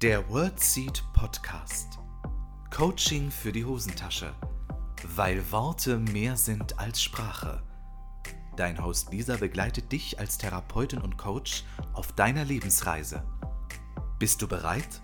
Der WordSeed Podcast. Coaching für die Hosentasche. Weil Worte mehr sind als Sprache. Dein Host Lisa begleitet dich als Therapeutin und Coach auf deiner Lebensreise. Bist du bereit?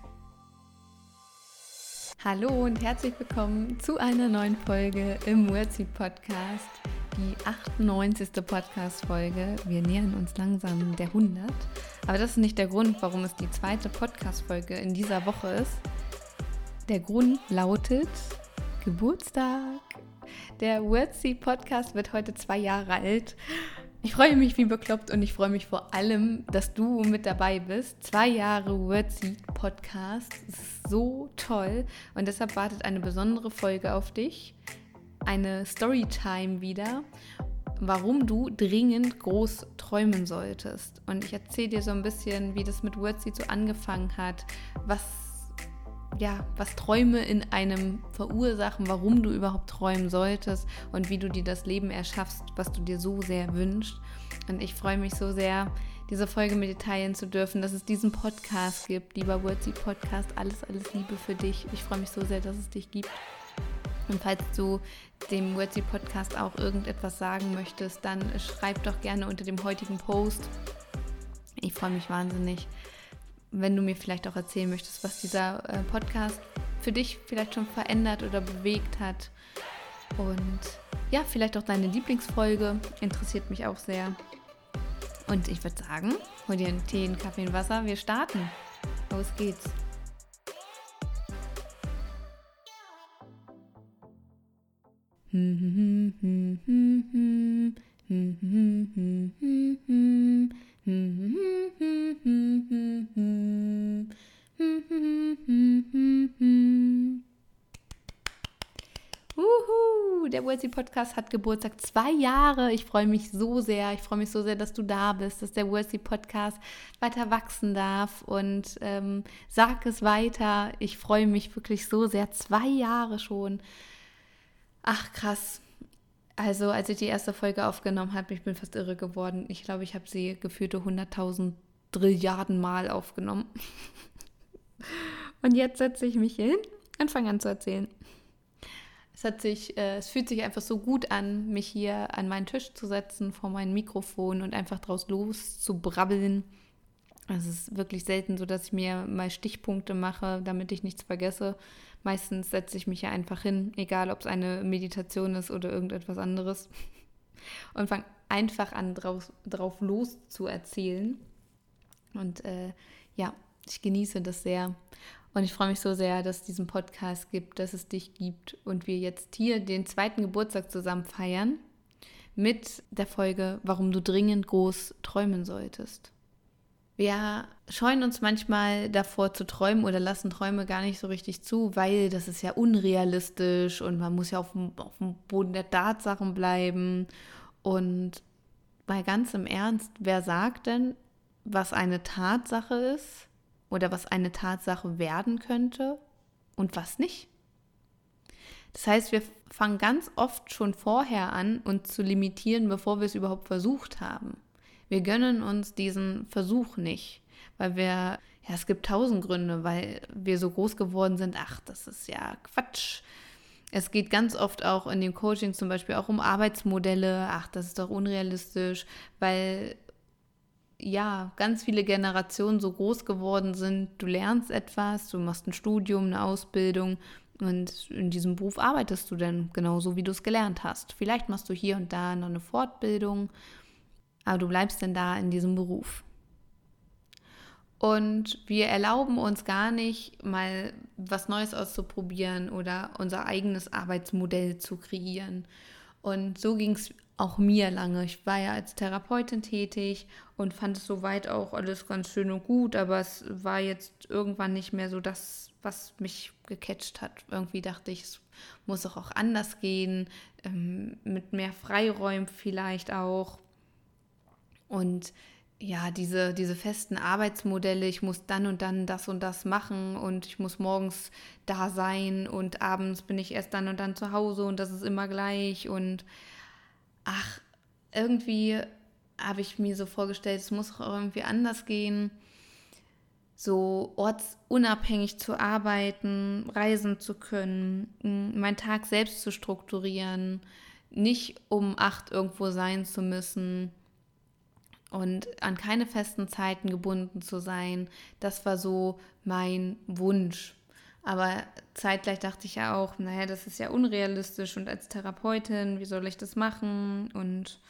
Hallo und herzlich willkommen zu einer neuen Folge im WordSeed Podcast. Die 98. Podcast-Folge. Wir nähern uns langsam der 100. Aber das ist nicht der Grund, warum es die zweite Podcast-Folge in dieser Woche ist. Der Grund lautet Geburtstag. Der WordSeed Podcast wird heute 2 Jahre alt. Ich freue mich wie bekloppt und ich freue mich vor allem, dass du mit dabei bist. 2 Jahre WordSeed Podcast. Das ist so toll und deshalb wartet eine besondere Folge auf dich. Eine Storytime wieder, warum du dringend groß träumen solltest. Und ich erzähle dir so ein bisschen, wie das mit WordSeed so angefangen hat, was Träume in einem verursachen, warum du überhaupt träumen solltest und wie du dir das Leben erschaffst, was du dir so sehr wünschst. Und ich freue mich so sehr, diese Folge mit dir teilen zu dürfen, dass es diesen Podcast gibt. Lieber WordSeed Podcast, alles Liebe für dich. Ich freue mich so sehr, dass es dich gibt. Und falls du dem WordSeed Podcast auch irgendetwas sagen möchtest, dann schreib doch gerne unter dem heutigen Post. Ich freue mich wahnsinnig, wenn du mir vielleicht auch erzählen möchtest, was dieser Podcast für dich vielleicht schon verändert oder bewegt hat. Und ja, vielleicht auch deine Lieblingsfolge, interessiert mich auch sehr. Und ich würde sagen, hol dir einen Tee, einen Kaffee, ein Wasser, wir starten. Los geht's. Der WordSeed Podcast hat Geburtstag, 2 Jahre. Ich freue mich so sehr. Ich freue mich so sehr, dass du da bist, dass der WordSeed Podcast weiter wachsen darf und sag es weiter. Ich freue mich wirklich so sehr. 2 Jahre schon. Ach, krass. Also, als ich die erste Folge aufgenommen habe, ich bin fast irre geworden. Ich glaube, ich habe sie gefühlte 100.000 Trilliarden Mal aufgenommen. Und jetzt setze ich mich hin und fange an zu erzählen. Es fühlt sich einfach so gut an, mich hier an meinen Tisch zu setzen, vor mein Mikrofon und einfach draus loszubrabbeln. Es ist wirklich selten so, dass ich mir mal Stichpunkte mache, damit ich nichts vergesse. Meistens setze ich mich ja einfach hin, egal ob es eine Meditation ist oder irgendetwas anderes. Und fange einfach an, drauf los zu erzählen. Und ich genieße das sehr. Und ich freue mich so sehr, dass es diesen Podcast gibt, dass es dich gibt und wir jetzt hier den 2. Geburtstag zusammen feiern mit der Folge, warum du dringend groß träumen solltest. Wir scheuen uns manchmal davor zu träumen oder lassen Träume gar nicht so richtig zu, weil das ist ja unrealistisch und man muss ja auf dem Boden der Tatsachen bleiben. Und mal ganz im Ernst, wer sagt denn, was eine Tatsache ist oder was eine Tatsache werden könnte und was nicht? Das heißt, wir fangen ganz oft schon vorher an, uns zu limitieren, bevor wir es überhaupt versucht haben. Wir gönnen uns diesen Versuch nicht, weil es gibt 1000 Gründe, weil wir so groß geworden sind, ach, das ist ja Quatsch. Es geht ganz oft auch in dem Coaching zum Beispiel auch um Arbeitsmodelle, ach, das ist doch unrealistisch, weil ja, ganz viele Generationen so groß geworden sind, du lernst etwas, du machst ein Studium, eine Ausbildung und in diesem Beruf arbeitest du dann genauso, wie du es gelernt hast. Vielleicht machst du hier und da noch eine Fortbildung, aber du bleibst dann da in diesem Beruf. Und wir erlauben uns gar nicht, mal was Neues auszuprobieren oder unser eigenes Arbeitsmodell zu kreieren. Und so ging es auch mir lange. Ich war ja als Therapeutin tätig und fand es soweit auch alles ganz schön und gut, aber es war jetzt irgendwann nicht mehr so das, was mich gecatcht hat. Irgendwie dachte ich, es muss auch anders gehen, mit mehr Freiräumen vielleicht auch. Und ja, diese festen Arbeitsmodelle, ich muss dann und dann das und das machen und ich muss morgens da sein und abends bin ich erst dann und dann zu Hause und das ist immer gleich und irgendwie habe ich mir so vorgestellt, es muss auch irgendwie anders gehen. so ortsunabhängig zu arbeiten, reisen zu können, meinen Tag selbst zu strukturieren, nicht um 8 irgendwo sein zu müssen und an keine festen Zeiten gebunden zu sein. Das war so mein Wunsch. Aber zeitgleich dachte ich ja auch, naja, das ist ja unrealistisch und als Therapeutin, wie soll ich das machen? Und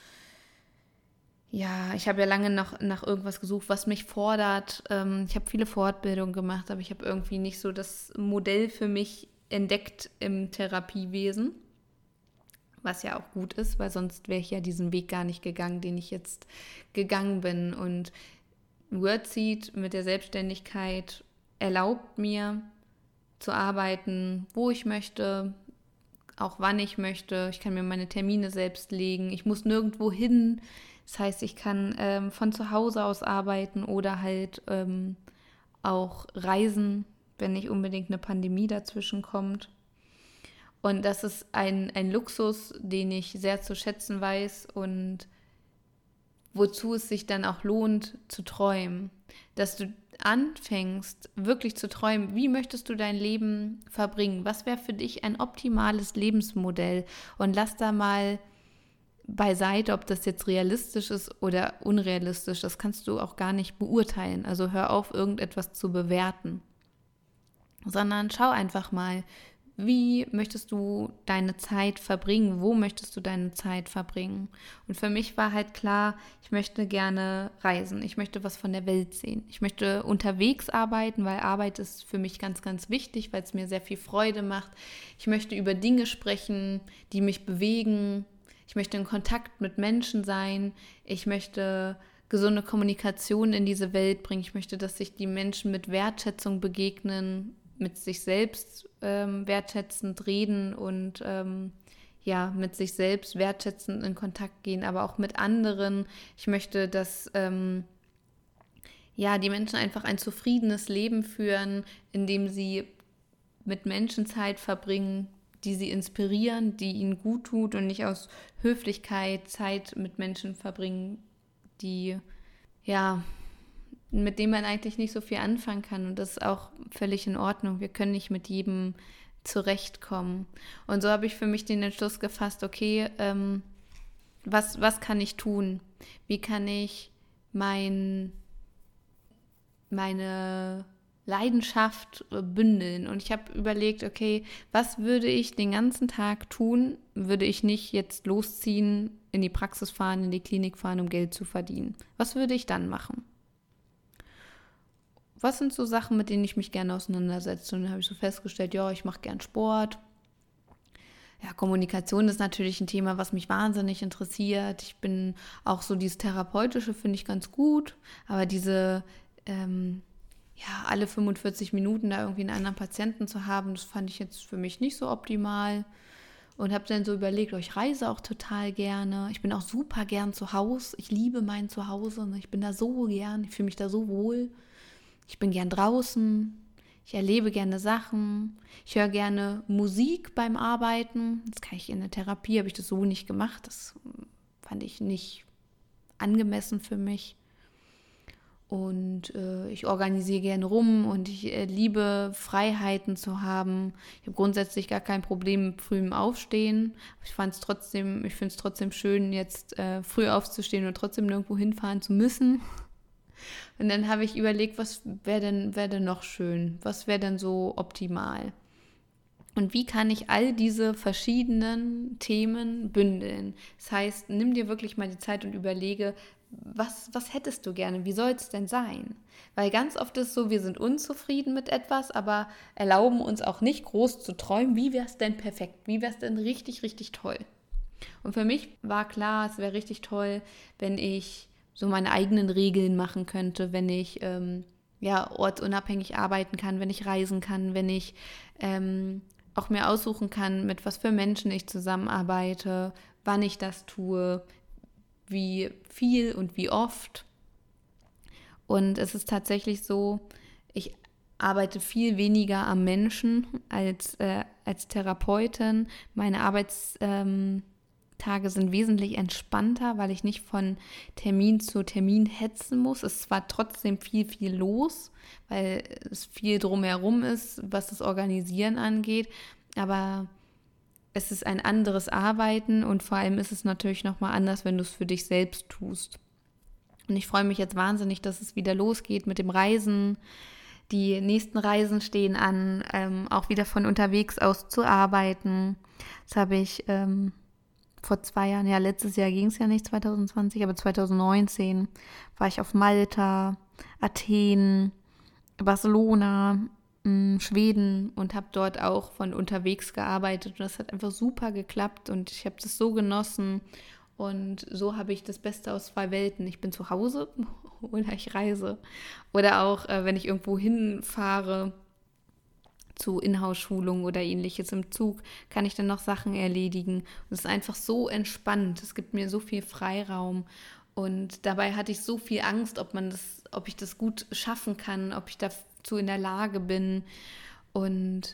ja, ich habe ja lange nach irgendwas gesucht, was mich fordert. Ich habe viele Fortbildungen gemacht, aber ich habe irgendwie nicht so das Modell für mich entdeckt im Therapiewesen, was ja auch gut ist, weil sonst wäre ich ja diesen Weg gar nicht gegangen, den ich jetzt gegangen bin. Und Wordseed mit der Selbstständigkeit erlaubt mir zu arbeiten, wo ich möchte, auch wann ich möchte. Ich kann mir meine Termine selbst legen. Ich muss nirgendwo hin. Das heißt, ich kann von zu Hause aus arbeiten oder halt auch reisen, wenn nicht unbedingt eine Pandemie dazwischen kommt. Und das ist ein Luxus, den ich sehr zu schätzen weiß und wozu es sich dann auch lohnt, zu träumen. Dass du anfängst, wirklich zu träumen, wie möchtest du dein Leben verbringen? Was wäre für dich ein optimales Lebensmodell? Und lass da mal beiseite, ob das jetzt realistisch ist oder unrealistisch. Das kannst du auch gar nicht beurteilen. Also hör auf, irgendetwas zu bewerten. Sondern schau einfach mal, wie möchtest du deine Zeit verbringen? Wo möchtest du deine Zeit verbringen? Und für mich war halt klar, ich möchte gerne reisen. Ich möchte was von der Welt sehen. Ich möchte unterwegs arbeiten, weil Arbeit ist für mich ganz, ganz wichtig, weil es mir sehr viel Freude macht. Ich möchte über Dinge sprechen, die mich bewegen. Ich möchte in Kontakt mit Menschen sein. Ich möchte gesunde Kommunikation in diese Welt bringen. Ich möchte, dass sich die Menschen mit Wertschätzung begegnen, mit sich selbst wertschätzend reden und mit sich selbst wertschätzend in Kontakt gehen, aber auch mit anderen. Ich möchte, dass die Menschen einfach ein zufriedenes Leben führen, indem sie mit Menschen Zeit verbringen, die sie inspirieren, die ihnen gut tut und nicht aus Höflichkeit Zeit mit Menschen verbringen, die mit dem man eigentlich nicht so viel anfangen kann. Und das ist auch völlig in Ordnung. Wir können nicht mit jedem zurechtkommen. Und so habe ich für mich den Entschluss gefasst, okay, was kann ich tun? Wie kann ich meine Leidenschaft bündeln? Und ich habe überlegt, okay, was würde ich den ganzen Tag tun? Würde ich nicht jetzt losziehen, in die Praxis fahren, in die Klinik fahren, um Geld zu verdienen? Was würde ich dann machen? Was sind so Sachen, mit denen ich mich gerne auseinandersetze? Und dann habe ich so festgestellt, ja, ich mache gern Sport. Ja, Kommunikation ist natürlich ein Thema, was mich wahnsinnig interessiert. Ich bin auch so, dieses Therapeutische finde ich ganz gut, aber diese, alle 45 Minuten da irgendwie einen anderen Patienten zu haben, das fand ich jetzt für mich nicht so optimal. Und habe dann so überlegt, ich reise auch total gerne. Ich bin auch super gern zu Hause. Ich liebe mein Zuhause. Ich bin da so gern. Ich fühle mich da so wohl. Ich bin gern draußen, ich erlebe gerne Sachen, ich höre gerne Musik beim Arbeiten. Das kann ich in der Therapie, habe ich das so nicht gemacht. Das fand ich nicht angemessen für mich. Und ich organisiere gerne rum und ich liebe Freiheiten zu haben. Ich habe grundsätzlich gar kein Problem mit frühem Aufstehen. Ich finde es trotzdem schön, jetzt früh aufzustehen und trotzdem nirgendwo hinfahren zu müssen. Und dann habe ich überlegt, was wäre denn noch schön? Was wäre denn so optimal? Und wie kann ich all diese verschiedenen Themen bündeln? Das heißt, nimm dir wirklich mal die Zeit und überlege, was hättest du gerne? Wie soll es denn sein? Weil ganz oft ist es so, wir sind unzufrieden mit etwas, aber erlauben uns auch nicht groß zu träumen. Wie wäre es denn perfekt? Wie wäre es denn richtig, richtig toll? Und für mich war klar, es wäre richtig toll, wenn ich so meine eigenen Regeln machen könnte, wenn ich ortsunabhängig arbeiten kann, wenn ich reisen kann, wenn ich auch mir aussuchen kann, mit was für Menschen ich zusammenarbeite, wann ich das tue, wie viel und wie oft. Und es ist tatsächlich so, ich arbeite viel weniger am Menschen als Therapeutin. Meine Tage sind wesentlich entspannter, weil ich nicht von Termin zu Termin hetzen muss. Es ist zwar trotzdem viel, viel los, weil es viel drumherum ist, was das Organisieren angeht, aber es ist ein anderes Arbeiten und vor allem ist es natürlich nochmal anders, wenn du es für dich selbst tust. Und ich freue mich jetzt wahnsinnig, dass es wieder losgeht mit dem Reisen. Die nächsten Reisen stehen an, auch wieder von unterwegs aus zu arbeiten. Das habe ich vor 2 Jahren, ja, letztes Jahr ging es ja nicht, 2020, aber 2019 war ich auf Malta, Athen, Barcelona, Schweden und habe dort auch von unterwegs gearbeitet. Und das hat einfach super geklappt und ich habe das so genossen. Und so habe ich das Beste aus 2 Welten. Ich bin zu Hause oder ich reise. Oder auch, wenn ich irgendwo hinfahre zu Inhouse-Schulungen oder ähnliches im Zug, kann ich dann noch Sachen erledigen. Und es ist einfach so entspannt. Es gibt mir so viel Freiraum. Und dabei hatte ich so viel Angst, ob ich das gut schaffen kann, ob ich dazu in der Lage bin. Und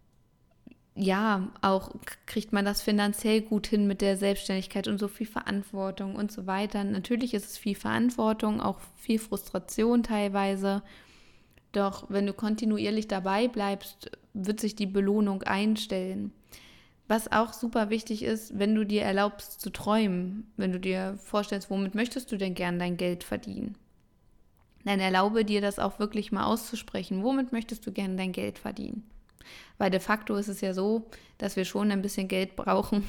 ja, auch kriegt man das finanziell gut hin mit der Selbstständigkeit und so viel Verantwortung und so weiter. Natürlich ist es viel Verantwortung, auch viel Frustration teilweise. Doch wenn du kontinuierlich dabei bleibst, wird sich die Belohnung einstellen. Was auch super wichtig ist, wenn du dir erlaubst zu träumen, wenn du dir vorstellst, womit möchtest du denn gern dein Geld verdienen? Dann erlaube dir das auch wirklich mal auszusprechen. Womit möchtest du gern dein Geld verdienen? Weil de facto ist es ja so, dass wir schon ein bisschen Geld brauchen,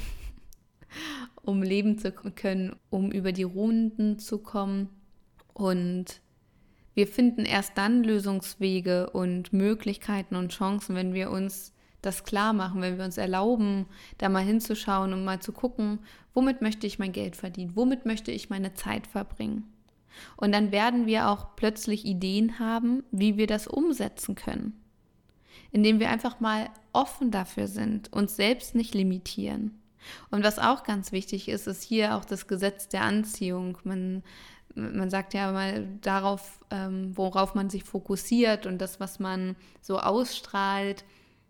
um leben zu können, um über die Runden zu kommen. Und wir finden erst dann Lösungswege und Möglichkeiten und Chancen, wenn wir uns das klar machen, wenn wir uns erlauben, da mal hinzuschauen und mal zu gucken, womit möchte ich mein Geld verdienen, womit möchte ich meine Zeit verbringen. Und dann werden wir auch plötzlich Ideen haben, wie wir das umsetzen können. Indem wir einfach mal offen dafür sind, uns selbst nicht limitieren. Und was auch ganz wichtig ist, ist hier auch das Gesetz der Anziehung. Man sagt ja mal darauf, worauf man sich fokussiert und das, was man so ausstrahlt,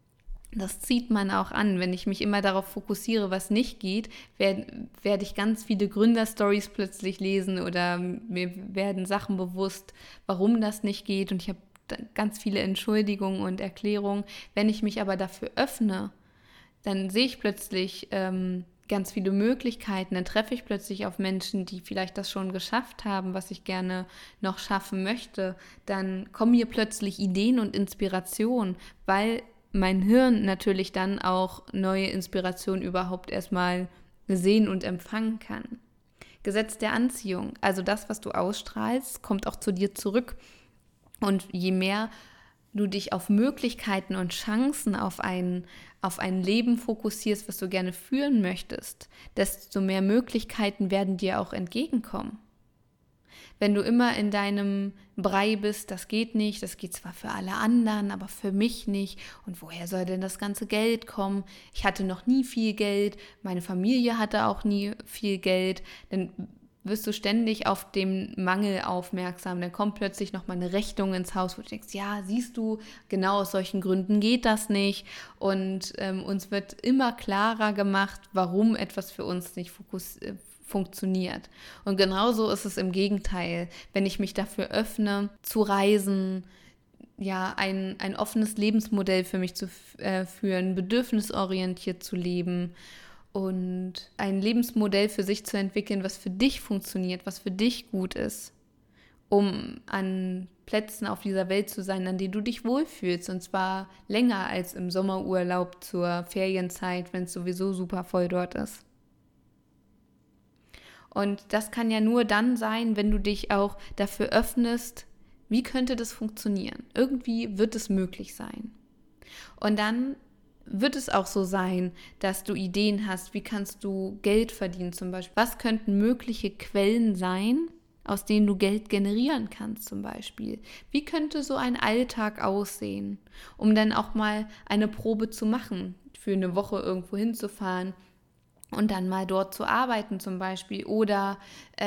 das zieht man auch an. Wenn ich mich immer darauf fokussiere, was nicht geht, werde ich ganz viele Gründerstories plötzlich lesen oder mir werden Sachen bewusst, warum das nicht geht und ich habe ganz viele Entschuldigungen und Erklärungen. Wenn ich mich aber dafür öffne, dann sehe ich plötzlich ganz viele Möglichkeiten. Dann treffe ich plötzlich auf Menschen, die vielleicht das schon geschafft haben, was ich gerne noch schaffen möchte. Dann kommen mir plötzlich Ideen und Inspiration, weil mein Hirn natürlich dann auch neue Inspiration überhaupt erstmal sehen und empfangen kann. Gesetz der Anziehung, also das, was du ausstrahlst, kommt auch zu dir zurück. Und je mehr du dich auf Möglichkeiten und Chancen auf ein Leben fokussierst, was du gerne führen möchtest, desto mehr Möglichkeiten werden dir auch entgegenkommen. Wenn du immer in deinem Brei bist, das geht nicht, das geht zwar für alle anderen, aber für mich nicht. Und woher soll denn das ganze Geld kommen? Ich hatte noch nie viel Geld, meine Familie hatte auch nie viel Geld. Dann wirst du ständig auf den Mangel aufmerksam. Dann kommt plötzlich nochmal eine Rechnung ins Haus, wo du denkst, ja, siehst du, genau aus solchen Gründen geht das nicht. Und uns wird immer klarer gemacht, warum etwas für uns nicht funktioniert. Und genauso ist es im Gegenteil, wenn ich mich dafür öffne, zu reisen, ja, ein offenes Lebensmodell für mich zu führen, bedürfnisorientiert zu leben und ein Lebensmodell für sich zu entwickeln, was für dich funktioniert, was für dich gut ist, um an Plätzen auf dieser Welt zu sein, an denen du dich wohlfühlst, und zwar länger als im Sommerurlaub zur Ferienzeit, wenn es sowieso super voll dort ist. Und das kann ja nur dann sein, wenn du dich auch dafür öffnest, wie könnte das funktionieren? Irgendwie wird es möglich sein. Und dann wird es auch so sein, dass du Ideen hast, wie kannst du Geld verdienen zum Beispiel. Was könnten mögliche Quellen sein, aus denen du Geld generieren kannst zum Beispiel? Wie könnte so ein Alltag aussehen, um dann auch mal eine Probe zu machen, für eine Woche irgendwo hinzufahren und dann mal dort zu arbeiten zum Beispiel oder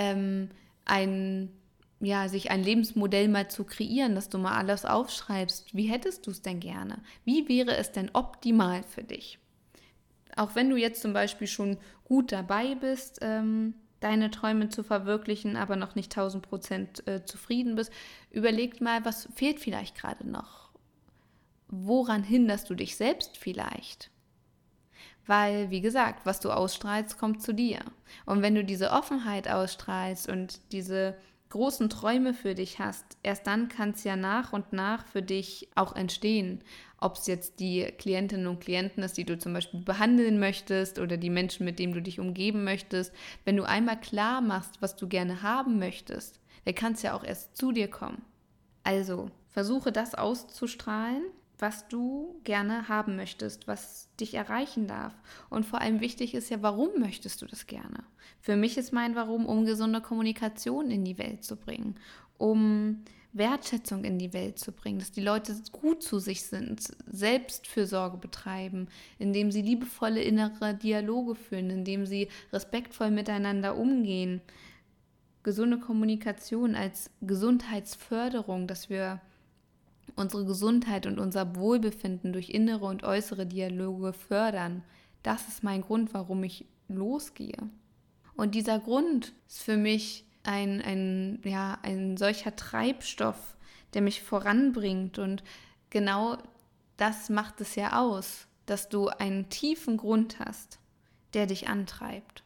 sich ein Lebensmodell mal zu kreieren, dass du mal alles aufschreibst. Wie hättest du es denn gerne? Wie wäre es denn optimal für dich? Auch wenn du jetzt zum Beispiel schon gut dabei bist, deine Träume zu verwirklichen, aber noch nicht 1000% zufrieden bist, überleg mal, was fehlt vielleicht gerade noch? Woran hinderst du dich selbst vielleicht? Weil, wie gesagt, was du ausstrahlst, kommt zu dir. Und wenn du diese Offenheit ausstrahlst und diese großen Träume für dich hast, erst dann kann es ja nach und nach für dich auch entstehen. Ob es jetzt die Klientinnen und Klienten ist, die du zum Beispiel behandeln möchtest oder die Menschen, mit denen du dich umgeben möchtest. Wenn du einmal klar machst, was du gerne haben möchtest, dann kann es ja auch erst zu dir kommen. Also versuche das auszustrahlen, was du gerne haben möchtest, was dich erreichen darf. Und vor allem wichtig ist ja, warum möchtest du das gerne? Für mich ist mein Warum, um gesunde Kommunikation in die Welt zu bringen, um Wertschätzung in die Welt zu bringen, dass die Leute gut zu sich sind, Selbstfürsorge betreiben, indem sie liebevolle innere Dialoge führen, indem sie respektvoll miteinander umgehen. Gesunde Kommunikation als Gesundheitsförderung, dass wir unsere Gesundheit und unser Wohlbefinden durch innere und äußere Dialoge fördern. Das ist mein Grund, warum ich losgehe. Und dieser Grund ist für mich ein solcher Treibstoff, der mich voranbringt. Und genau das macht es ja aus, dass du einen tiefen Grund hast, der dich antreibt.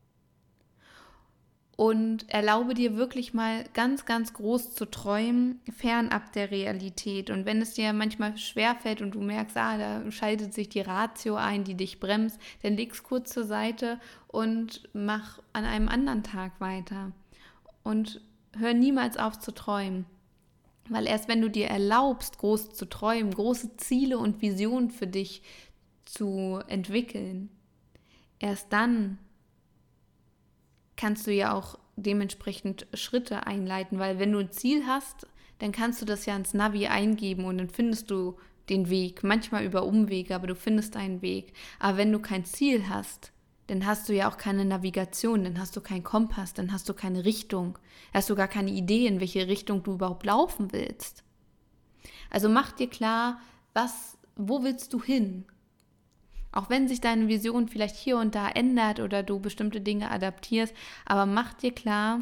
Und erlaube dir wirklich mal ganz, ganz groß zu träumen, fernab der Realität. Und wenn es dir manchmal schwerfällt und du merkst, da schaltet sich die Ratio ein, die dich bremst, dann leg's kurz zur Seite und mach an einem anderen Tag weiter. Und hör niemals auf zu träumen. Weil erst wenn du dir erlaubst, groß zu träumen, große Ziele und Visionen für dich zu entwickeln, erst dann kannst du ja auch dementsprechend Schritte einleiten, weil wenn du ein Ziel hast, dann kannst du das ja ins Navi eingeben und dann findest du den Weg, manchmal über Umwege, aber du findest einen Weg. Aber wenn du kein Ziel hast, dann hast du ja auch keine Navigation, dann hast du keinen Kompass, dann hast du keine Richtung, hast du gar keine Idee, in welche Richtung du überhaupt laufen willst. Also mach dir klar, wo willst du hin? Auch wenn sich deine Vision vielleicht hier und da ändert oder du bestimmte Dinge adaptierst, aber mach dir klar,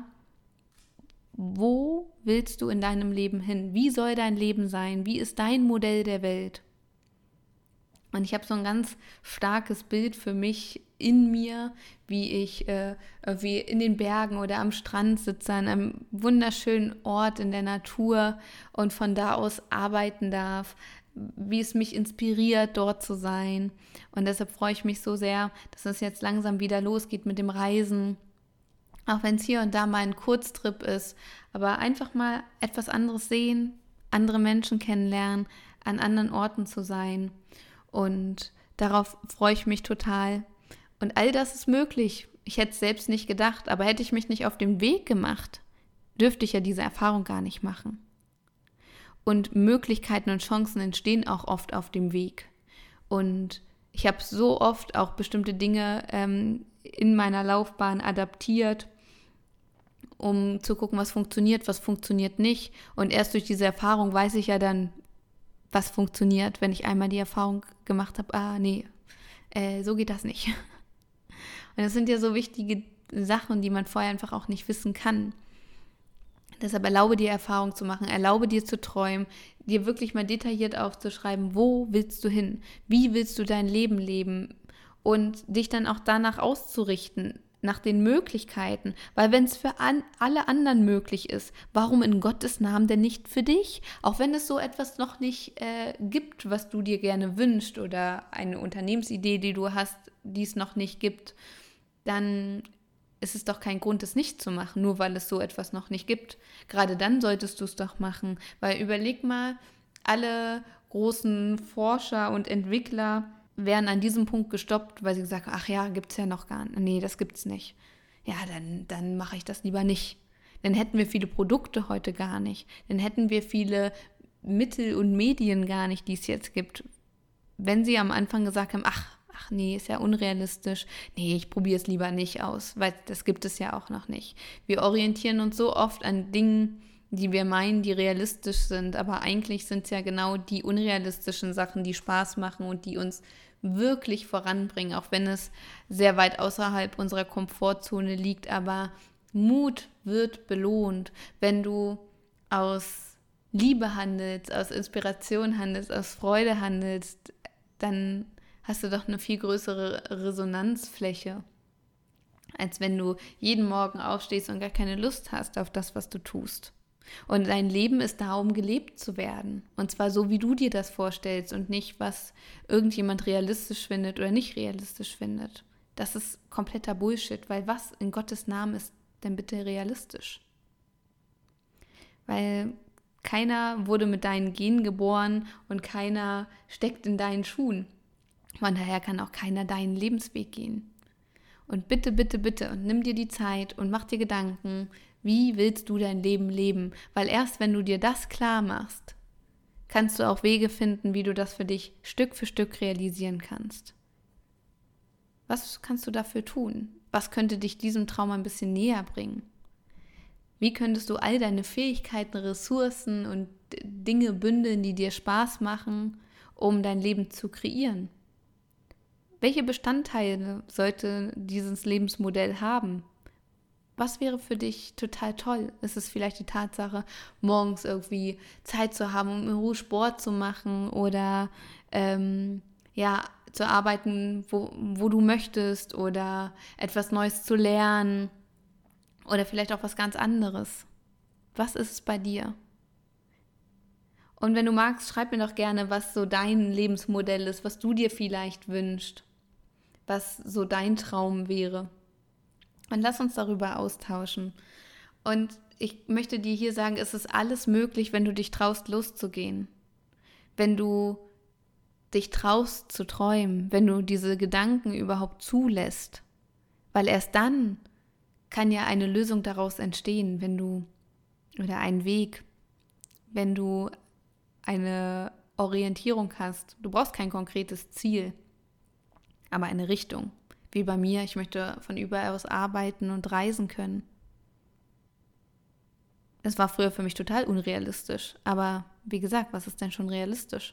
wo willst du in deinem Leben hin? Wie soll dein Leben sein? Wie ist dein Modell der Welt? Und ich habe so ein ganz starkes Bild für mich in mir, wie ich wie in den Bergen oder am Strand sitze, an einem wunderschönen Ort in der Natur und von da aus arbeiten darf, wie es mich inspiriert, dort zu sein. Und deshalb freue ich mich so sehr, dass es jetzt langsam wieder losgeht mit dem Reisen. Auch wenn es hier und da mal ein Kurztrip ist, aber einfach mal etwas anderes sehen, andere Menschen kennenlernen, an anderen Orten zu sein. Und darauf freue ich mich total. Und all das ist möglich. Ich hätte es selbst nicht gedacht, aber hätte ich mich nicht auf den Weg gemacht, dürfte ich ja diese Erfahrung gar nicht machen. Und Möglichkeiten und Chancen entstehen auch oft auf dem Weg. Und ich habe so oft auch bestimmte Dinge in meiner Laufbahn adaptiert, um zu gucken, was funktioniert nicht. Und erst durch diese Erfahrung weiß ich ja dann, was funktioniert, wenn ich einmal die Erfahrung gemacht habe, so geht das nicht. Und das sind ja so wichtige Sachen, die man vorher einfach auch nicht wissen kann. Deshalb erlaube dir Erfahrung zu machen, erlaube dir zu träumen, dir wirklich mal detailliert aufzuschreiben, wo willst du hin, wie willst du dein Leben leben und dich dann auch danach auszurichten, nach den Möglichkeiten, weil wenn es für alle anderen möglich ist, warum in Gottes Namen denn nicht für dich? Auch wenn es so etwas noch nicht gibt, was du dir gerne wünschst oder eine Unternehmensidee, die du hast, die es noch nicht gibt, dann ist es doch kein Grund, es nicht zu machen, nur weil es so etwas noch nicht gibt. Gerade dann solltest du es doch machen, weil überleg mal, alle großen Forscher und Entwickler wären an diesem Punkt gestoppt, weil sie gesagt haben, ach ja, gibt es ja noch gar nicht. Nee, das gibt's nicht. Ja, dann mache ich das lieber nicht. Dann hätten wir viele Produkte heute gar nicht. Dann hätten wir viele Mittel und Medien gar nicht, die es jetzt gibt. Wenn sie am Anfang gesagt haben, ach nee, ist ja unrealistisch. Nee, ich probiere es lieber nicht aus, weil das gibt es ja auch noch nicht. Wir orientieren uns so oft an Dingen, die wir meinen, die realistisch sind, aber eigentlich sind es ja genau die unrealistischen Sachen, die Spaß machen und die uns wirklich voranbringen, auch wenn es sehr weit außerhalb unserer Komfortzone liegt. Aber Mut wird belohnt, wenn du aus Liebe handelst, aus Inspiration handelst, aus Freude handelst, dann hast du doch eine viel größere Resonanzfläche, als wenn du jeden Morgen aufstehst und gar keine Lust hast auf das, was du tust. Und dein Leben ist da, um gelebt zu werden. Und zwar so, wie du dir das vorstellst und nicht, was irgendjemand realistisch findet oder nicht realistisch findet. Das ist kompletter Bullshit, weil was in Gottes Namen ist denn bitte realistisch? Weil keiner wurde mit deinen Genen geboren und keiner steckt in deinen Schuhen. Von daher kann auch keiner deinen Lebensweg gehen. Und bitte, bitte, bitte, und nimm dir die Zeit und mach dir Gedanken, wie willst du dein Leben leben? Weil erst wenn du dir das klar machst, kannst du auch Wege finden, wie du das für dich Stück für Stück realisieren kannst. Was kannst du dafür tun? Was könnte dich diesem Traum ein bisschen näher bringen? Wie könntest du all deine Fähigkeiten, Ressourcen und Dinge bündeln, die dir Spaß machen, um dein Leben zu kreieren? Welche Bestandteile sollte dieses Lebensmodell haben? Was wäre für dich total toll? Ist es vielleicht die Tatsache, morgens irgendwie Zeit zu haben, um in Ruhe Sport zu machen oder zu arbeiten, wo du möchtest oder etwas Neues zu lernen oder vielleicht auch was ganz anderes? Was ist es bei dir? Und wenn du magst, schreib mir doch gerne, was so dein Lebensmodell ist, was du dir vielleicht wünschst, was so dein Traum wäre. Und lass uns darüber austauschen. Und ich möchte dir hier sagen, es ist alles möglich, wenn du dich traust, loszugehen. Wenn du dich traust zu träumen, wenn du diese Gedanken überhaupt zulässt. Weil erst dann kann ja eine Lösung daraus entstehen, oder ein Weg, wenn du eine Orientierung hast. Du brauchst kein konkretes Ziel, aber eine Richtung. Wie bei mir, ich möchte von überall aus arbeiten und reisen können. Es war früher für mich total unrealistisch, aber wie gesagt, was ist denn schon realistisch?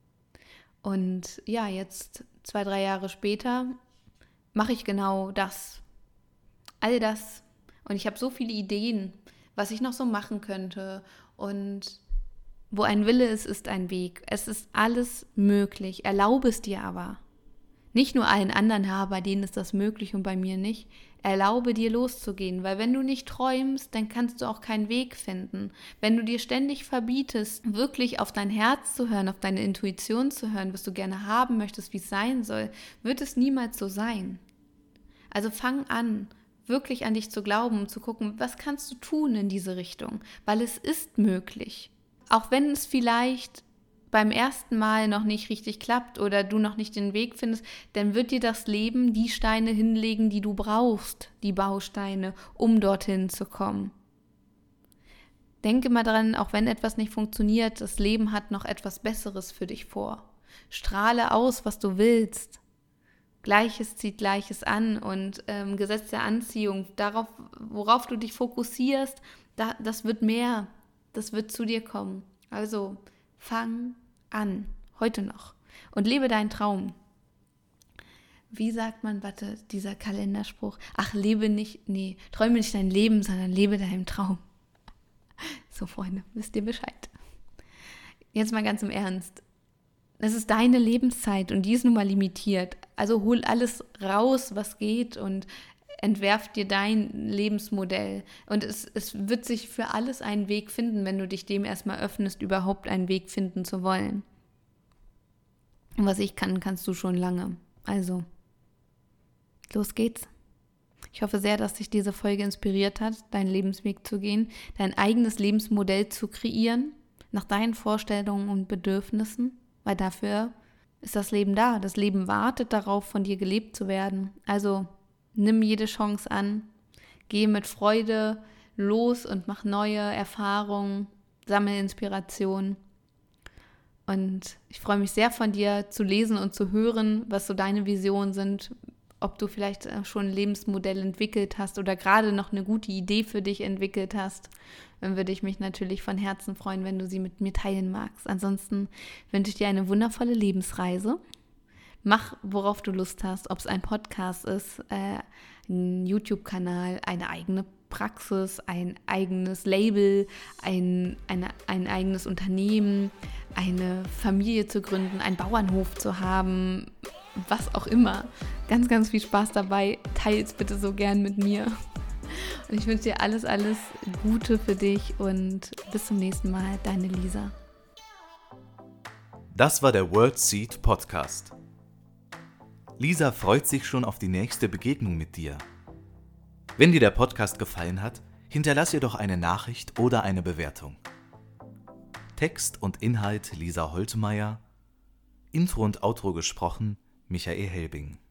Und ja, jetzt 2-3 Jahre später mache ich genau das. All das. Und ich habe so viele Ideen, was ich noch so machen könnte. Und wo ein Wille ist, ist ein Weg. Es ist alles möglich. Erlaube es dir aber. Nicht nur allen anderen, bei denen ist das möglich und bei mir nicht. Erlaube dir loszugehen, weil wenn du nicht träumst, dann kannst du auch keinen Weg finden. Wenn du dir ständig verbietest, wirklich auf dein Herz zu hören, auf deine Intuition zu hören, was du gerne haben möchtest, wie es sein soll, wird es niemals so sein. Also fang an, wirklich an dich zu glauben und zu gucken, was kannst du tun in diese Richtung, weil es ist möglich. Auch wenn es vielleicht beim ersten Mal noch nicht richtig klappt oder du noch nicht den Weg findest, dann wird dir das Leben die Steine hinlegen, die du brauchst, die Bausteine, um dorthin zu kommen. Denke mal dran, auch wenn etwas nicht funktioniert, das Leben hat noch etwas Besseres für dich vor. Strahle aus, was du willst. Gleiches zieht Gleiches an und Gesetz der Anziehung, worauf du dich fokussierst, das wird mehr, das wird zu dir kommen. Also fang an, heute noch, und lebe deinen Traum. Wie sagt man, dieser Kalenderspruch? Träume nicht dein Leben, sondern lebe deinen Traum. So, Freunde, wisst ihr Bescheid. Jetzt mal ganz im Ernst. Es ist deine Lebenszeit und die ist nun mal limitiert. Also hol alles raus, was geht und entwerf dir dein Lebensmodell. Und es wird sich für alles einen Weg finden, wenn du dich dem erstmal öffnest, überhaupt einen Weg finden zu wollen. Und was ich kann, kannst du schon lange. Also, los geht's. Ich hoffe sehr, dass dich diese Folge inspiriert hat, deinen Lebensweg zu gehen, dein eigenes Lebensmodell zu kreieren, nach deinen Vorstellungen und Bedürfnissen, weil dafür ist das Leben da. Das Leben wartet darauf, von dir gelebt zu werden. Also, nimm jede Chance an, geh mit Freude los und mach neue Erfahrungen, sammle Inspiration. Und ich freue mich sehr, von dir zu lesen und zu hören, was so deine Visionen sind, ob du vielleicht schon ein Lebensmodell entwickelt hast oder gerade noch eine gute Idee für dich entwickelt hast. Dann würde ich mich natürlich von Herzen freuen, wenn du sie mit mir teilen magst. Ansonsten wünsche ich dir eine wundervolle Lebensreise. Mach, worauf du Lust hast, ob es ein Podcast ist, ein YouTube-Kanal, eine eigene Praxis, ein eigenes Label, ein eigenes Unternehmen, eine Familie zu gründen, einen Bauernhof zu haben, was auch immer. Ganz, ganz viel Spaß dabei. Teils bitte so gern mit mir. Und ich wünsche dir alles, alles Gute für dich und bis zum nächsten Mal. Deine Lisa. Das war der World Seed Podcast. Lisa freut sich schon auf die nächste Begegnung mit dir. Wenn dir der Podcast gefallen hat, hinterlass ihr doch eine Nachricht oder eine Bewertung. Text und Inhalt Lisa Holtemeyer, Intro und Outro gesprochen Michael Helbing.